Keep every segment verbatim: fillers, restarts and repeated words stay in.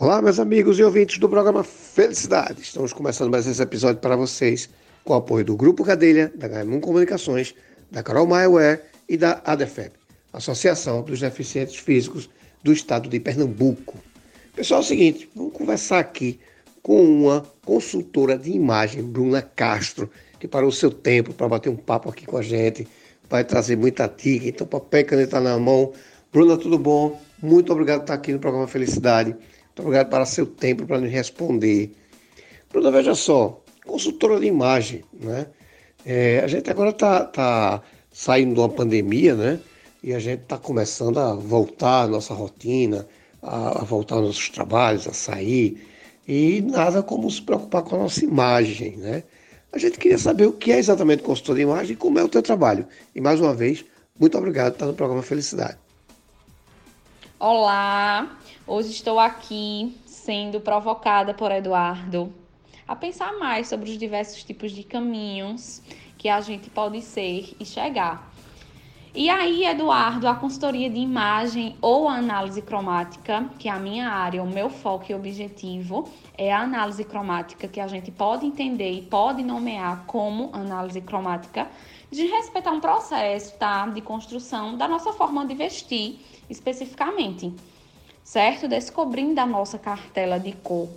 Olá, meus amigos e ouvintes do programa Felicidade. Estamos começando mais esse episódio para vocês com o apoio do Grupo Cadelha, da Gaimun Comunicações, da Carol Maiaware e da ADEFEP, Associação dos Deficientes Físicos do Estado de Pernambuco. Pessoal, é o seguinte, vamos conversar aqui com uma consultora de imagem, Bruna Castro, que parou o seu tempo para bater um papo aqui com a gente, vai trazer muita dica, então papel e caneta na mão. Bruna, tudo bom? Muito obrigado por estar aqui no programa Felicidade. Muito obrigado para seu tempo para nos responder. Bruna, veja só, consultora de imagem, né? É, a gente agora está tá saindo de uma pandemia, né? E a gente está começando a voltar à nossa rotina, a, a voltar aos nossos trabalhos, a sair. E nada como se preocupar com a nossa imagem, né? A gente queria saber o que é exatamente consultor de imagem e como é o teu trabalho. E mais uma vez, muito obrigado por estar no programa Felicidade. Olá, hoje estou aqui sendo provocada por Eduardo a pensar mais sobre os diversos tipos de caminhos que a gente pode ser e chegar. E aí, Eduardo, a consultoria de imagem ou a análise cromática, que é a minha área, o meu foco e objetivo é a análise cromática, que a gente pode entender e pode nomear como análise cromática, de respeitar um processo, tá, de construção da nossa forma de vestir, especificamente, certo? Descobrindo a nossa cartela de cor.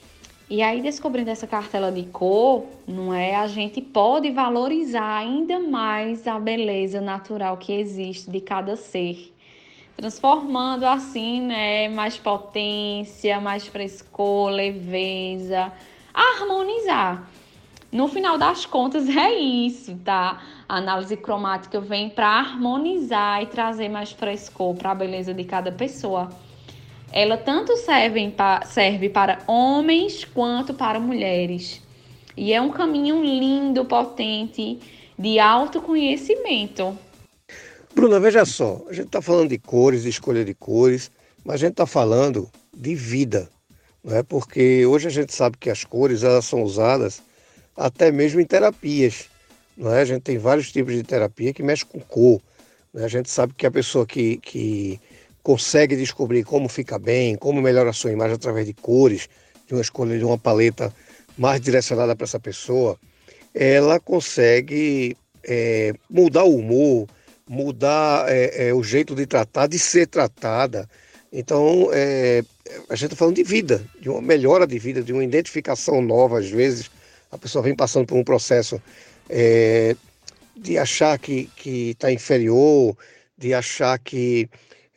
E aí, descobrindo essa cartela de cor, não é? A gente pode valorizar ainda mais a beleza natural que existe de cada ser, transformando assim, né, mais potência, mais frescor, leveza, harmonizar. No final das contas é isso, tá? A análise cromática vem para harmonizar e trazer mais frescor para a beleza de cada pessoa. Ela tanto serve, serve para homens quanto para mulheres. E é um caminho lindo, potente, de autoconhecimento. Bruna, veja só, a gente está falando de cores, de escolha de cores, mas a gente está falando de vida, não é? Porque hoje a gente sabe que as cores elas são usadas até mesmo em terapias, não é? A gente tem vários tipos de terapia que mexem com cor, né? A gente sabe que a pessoa que, que consegue descobrir como fica bem, como melhora a sua imagem através de cores, de uma escolha de uma paleta mais direcionada para essa pessoa, ela consegue é, mudar o humor, mudar é, é, o jeito de tratar, de ser tratada. Então, é, a gente está falando de vida, de uma melhora de vida, de uma identificação nova. Às vezes, a pessoa vem passando por um processo é, de achar que está inferior, de achar que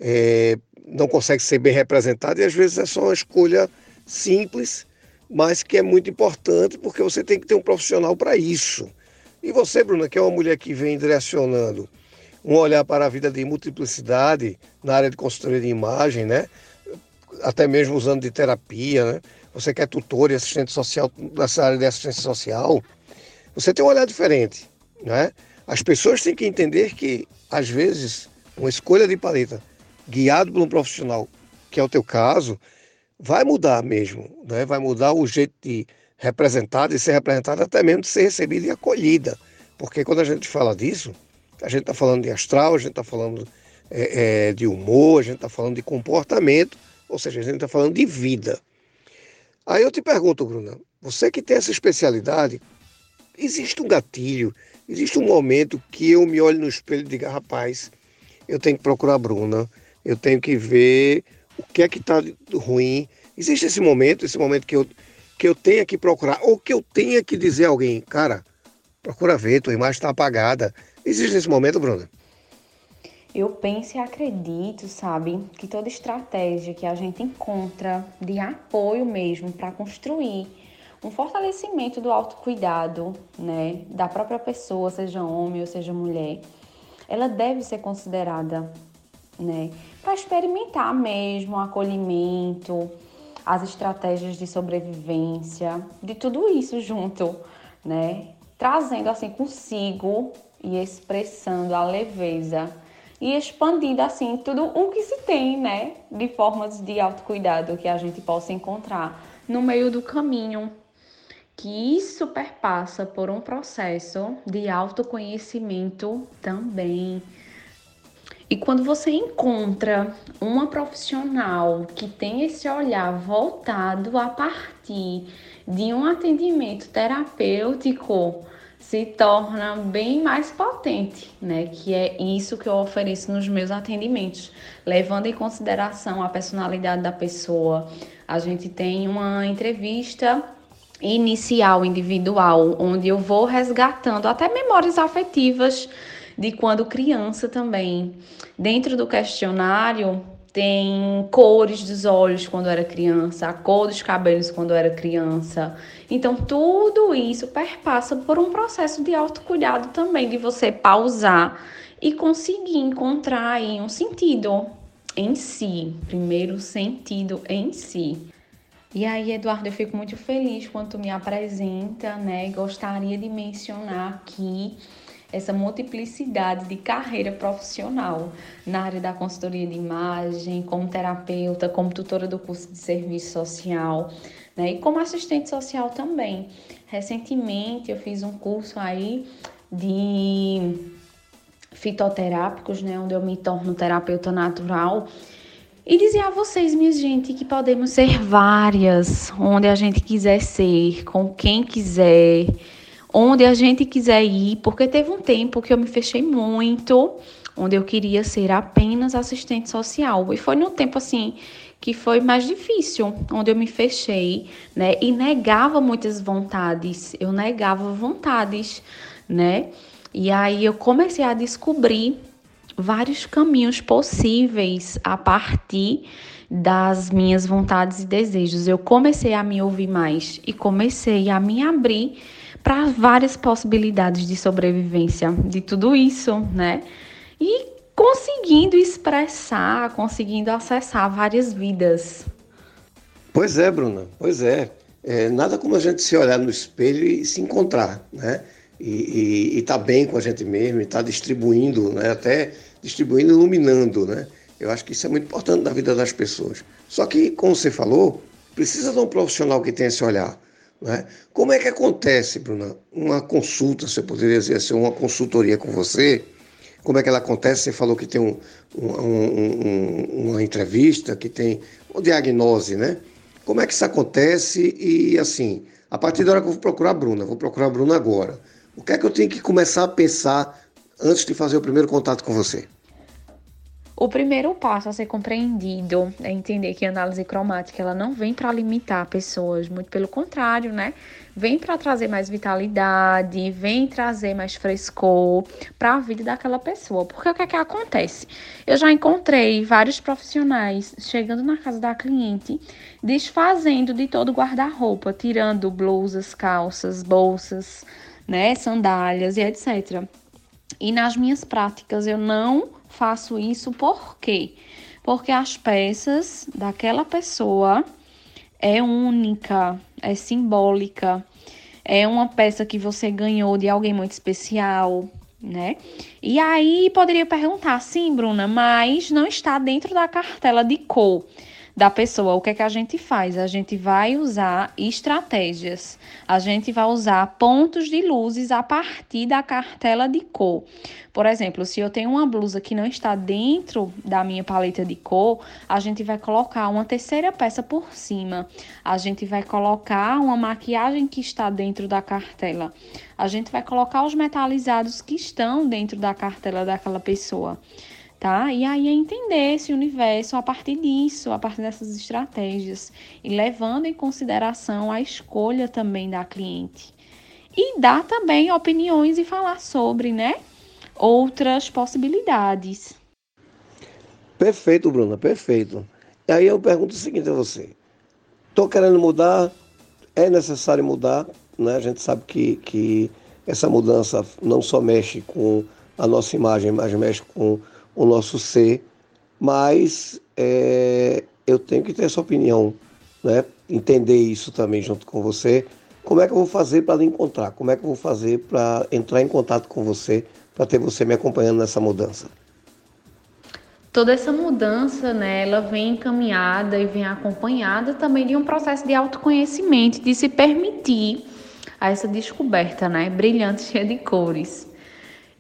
é, não consegue ser bem representada, e às vezes é só uma escolha simples, mas que é muito importante, porque você tem que ter um profissional para isso. E você, Bruna, que é uma mulher que vem direcionando um olhar para a vida de multiplicidade na área de consultoria de imagem, né? Até mesmo usando de terapia, né? Você que é tutor e assistente social nessa área de assistência social, você tem um olhar diferente, né? As pessoas têm que entender que, às vezes, uma escolha de paleta guiado por um profissional, que é o teu caso, vai mudar mesmo, né? Vai mudar o jeito de representar, de ser representado, até mesmo de ser recebida e acolhida. Porque quando a gente fala disso, a gente está falando de astral, a gente está falando é, é, de humor, a gente está falando de comportamento, ou seja, a gente está falando de vida. Aí eu te pergunto, Bruna, você que tem essa especialidade, existe um gatilho, existe um momento que eu me olho no espelho e diga, rapaz, eu tenho que procurar a Bruna, eu tenho que ver o que é que está ruim. Existe esse momento, esse momento que eu, que eu tenha que procurar, ou que eu tenha que dizer a alguém, cara, procura ver, tua imagem está apagada. Existe esse momento, Bruna? Eu penso e acredito, sabe, que toda estratégia que a gente encontra de apoio mesmo para construir um fortalecimento do autocuidado, né, da própria pessoa, seja homem ou seja mulher, ela deve ser considerada, né, para experimentar mesmo o acolhimento, as estratégias de sobrevivência, de tudo isso junto, né, trazendo assim consigo e expressando a leveza e expandindo assim tudo o que se tem, né, de formas de autocuidado que a gente possa encontrar no meio do caminho, que isso perpassa por um processo de autoconhecimento também. E quando você encontra uma profissional que tem esse olhar voltado a partir de um atendimento terapêutico, se torna bem mais potente, né? Que é isso que eu ofereço nos meus atendimentos, levando em consideração a personalidade da pessoa. A gente tem uma entrevista inicial, individual, onde eu vou resgatando até memórias afetivas de quando criança também. Dentro do questionário tem cores dos olhos quando era criança, a cor dos cabelos quando era criança. Então, tudo isso perpassa por um processo de autocuidado também, de você pausar e conseguir encontrar aí um sentido em si, primeiro sentido em si. E aí, Eduardo, eu fico muito feliz quando tu me apresenta, né? Gostaria de mencionar aqui essa multiplicidade de carreira profissional na área da consultoria de imagem, como terapeuta, como tutora do curso de serviço social, né? E como assistente social também. Recentemente eu fiz um curso aí de fitoterápicos, né? Onde eu me torno terapeuta natural. E dizer a vocês, minha gente, que podemos ser várias, onde a gente quiser ser, com quem quiser, onde a gente quiser ir, porque teve um tempo que eu me fechei muito, onde eu queria ser apenas assistente social. E foi no tempo, assim, que foi mais difícil, onde eu me fechei, né? E negava muitas vontades, eu negava vontades, né? E aí eu comecei a descobrir vários caminhos possíveis a partir das minhas vontades e desejos. Eu comecei a me ouvir mais e comecei a me abrir para várias possibilidades de sobrevivência de tudo isso, né? E conseguindo expressar, conseguindo acessar várias vidas. Pois é, Bruna, pois é. É, nada como a gente se olhar no espelho e se encontrar, né? E estar tá bem com a gente mesmo, e estar tá distribuindo, né? Até distribuindo e iluminando, né? Eu acho que isso é muito importante na vida das pessoas. Só que, como você falou, precisa de um profissional que tenha esse olhar, né? Como é que acontece, Bruna, uma consulta, você poderia dizer assim, uma consultoria com você? Como é que ela acontece? Você falou que tem um, um, um, uma entrevista, que tem uma diagnose, né? Como é que isso acontece? E, assim, a partir da hora que eu vou procurar a Bruna, vou procurar a Bruna agora, o que é que eu tenho que começar a pensar antes de fazer o primeiro contato com você? O primeiro passo a ser compreendido é entender que a análise cromática ela não vem para limitar pessoas, muito pelo contrário, né? Vem para trazer mais vitalidade, vem trazer mais frescor para a vida daquela pessoa. Porque o que é que acontece? Eu já encontrei vários profissionais chegando na casa da cliente, desfazendo de todo o guarda-roupa, tirando blusas, calças, bolsas, né, sandálias e etcétera. E nas minhas práticas eu não faço isso. Por quê? Porque as peças daquela pessoa é única, é simbólica, é uma peça que você ganhou de alguém muito especial, né? E aí poderia perguntar, sim, Bruna, mas não está dentro da cartela de cor da pessoa. O que é que a gente faz? A gente vai usar estratégias, a gente vai usar pontos de luzes a partir da cartela de cor. Por exemplo, se eu tenho uma blusa que não está dentro da minha paleta de cor, a gente vai colocar uma terceira peça por cima. A gente vai colocar uma maquiagem que está dentro da cartela. A gente vai colocar os metalizados que estão dentro da cartela daquela pessoa. Tá? E aí é entender esse universo a partir disso, a partir dessas estratégias, e levando em consideração a escolha também da cliente. E dar também opiniões e falar sobre, né, outras possibilidades. Perfeito, Bruna, perfeito. E aí eu pergunto o seguinte a você. Estou querendo mudar, é necessário mudar, né? A gente sabe que, que essa mudança não só mexe com a nossa imagem, mas mexe com o nosso ser, mas é, eu tenho que ter essa opinião, né? Entender isso também junto com você. Como é que eu vou fazer para lhe encontrar? Como é que eu vou fazer para entrar em contato com você, para ter você me acompanhando nessa mudança? Toda essa mudança, né, ela vem encaminhada e vem acompanhada também de um processo de autoconhecimento, de se permitir a essa descoberta, né, brilhante, cheia de cores.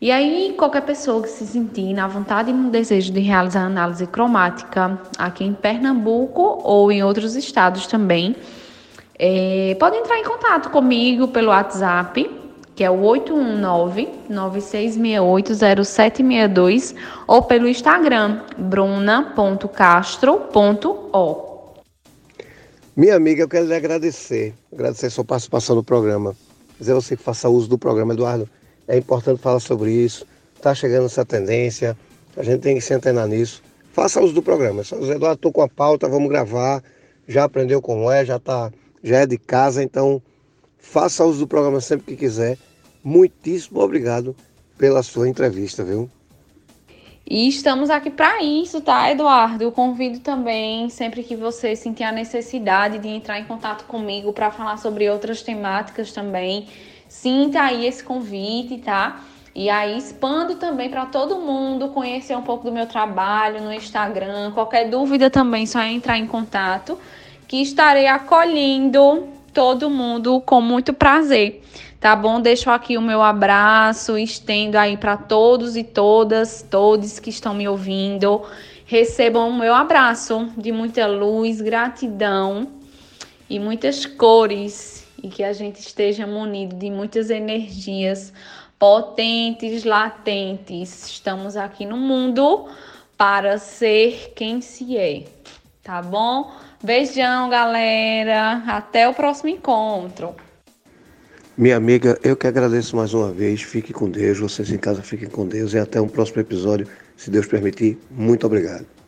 E aí, qualquer pessoa que se sentir na vontade e no desejo de realizar análise cromática aqui em Pernambuco ou em outros estados também, é, pode entrar em contato comigo pelo WhatsApp, que é o oito um nove, nove seis seis oito, zero sete seis dois, ou pelo Instagram, bruna ponto castro ponto o. Minha amiga, eu quero lhe agradecer, agradecer a sua participação no programa. Dizer a você que faça uso do programa, Eduardo. É importante falar sobre isso. Está chegando essa tendência, a gente tem que se antenar nisso. Faça uso do programa. Só dizer, Eduardo, estou com a pauta, vamos gravar. Já aprendeu como é, já, tá, já é de casa, então faça uso do programa sempre que quiser. Muitíssimo obrigado pela sua entrevista, viu? E estamos aqui para isso, tá, Eduardo? Eu convido também, sempre que você sentir a necessidade de entrar em contato comigo para falar sobre outras temáticas também, sinta aí esse convite, tá? E aí expando também para todo mundo conhecer um pouco do meu trabalho no Instagram. Qualquer dúvida também, só entrar em contato, que estarei acolhendo todo mundo com muito prazer. Tá bom? Deixo aqui o meu abraço, estendo aí para todos e todas, todos que estão me ouvindo. Recebam o meu abraço de muita luz, gratidão e muitas cores. E que a gente esteja munido de muitas energias potentes, latentes. Estamos aqui no mundo para ser quem se é. Tá bom? Beijão, galera. Até o próximo encontro. Minha amiga, eu que agradeço mais uma vez. Fique com Deus, vocês em casa fiquem com Deus e até um próximo episódio, se Deus permitir. Muito obrigado.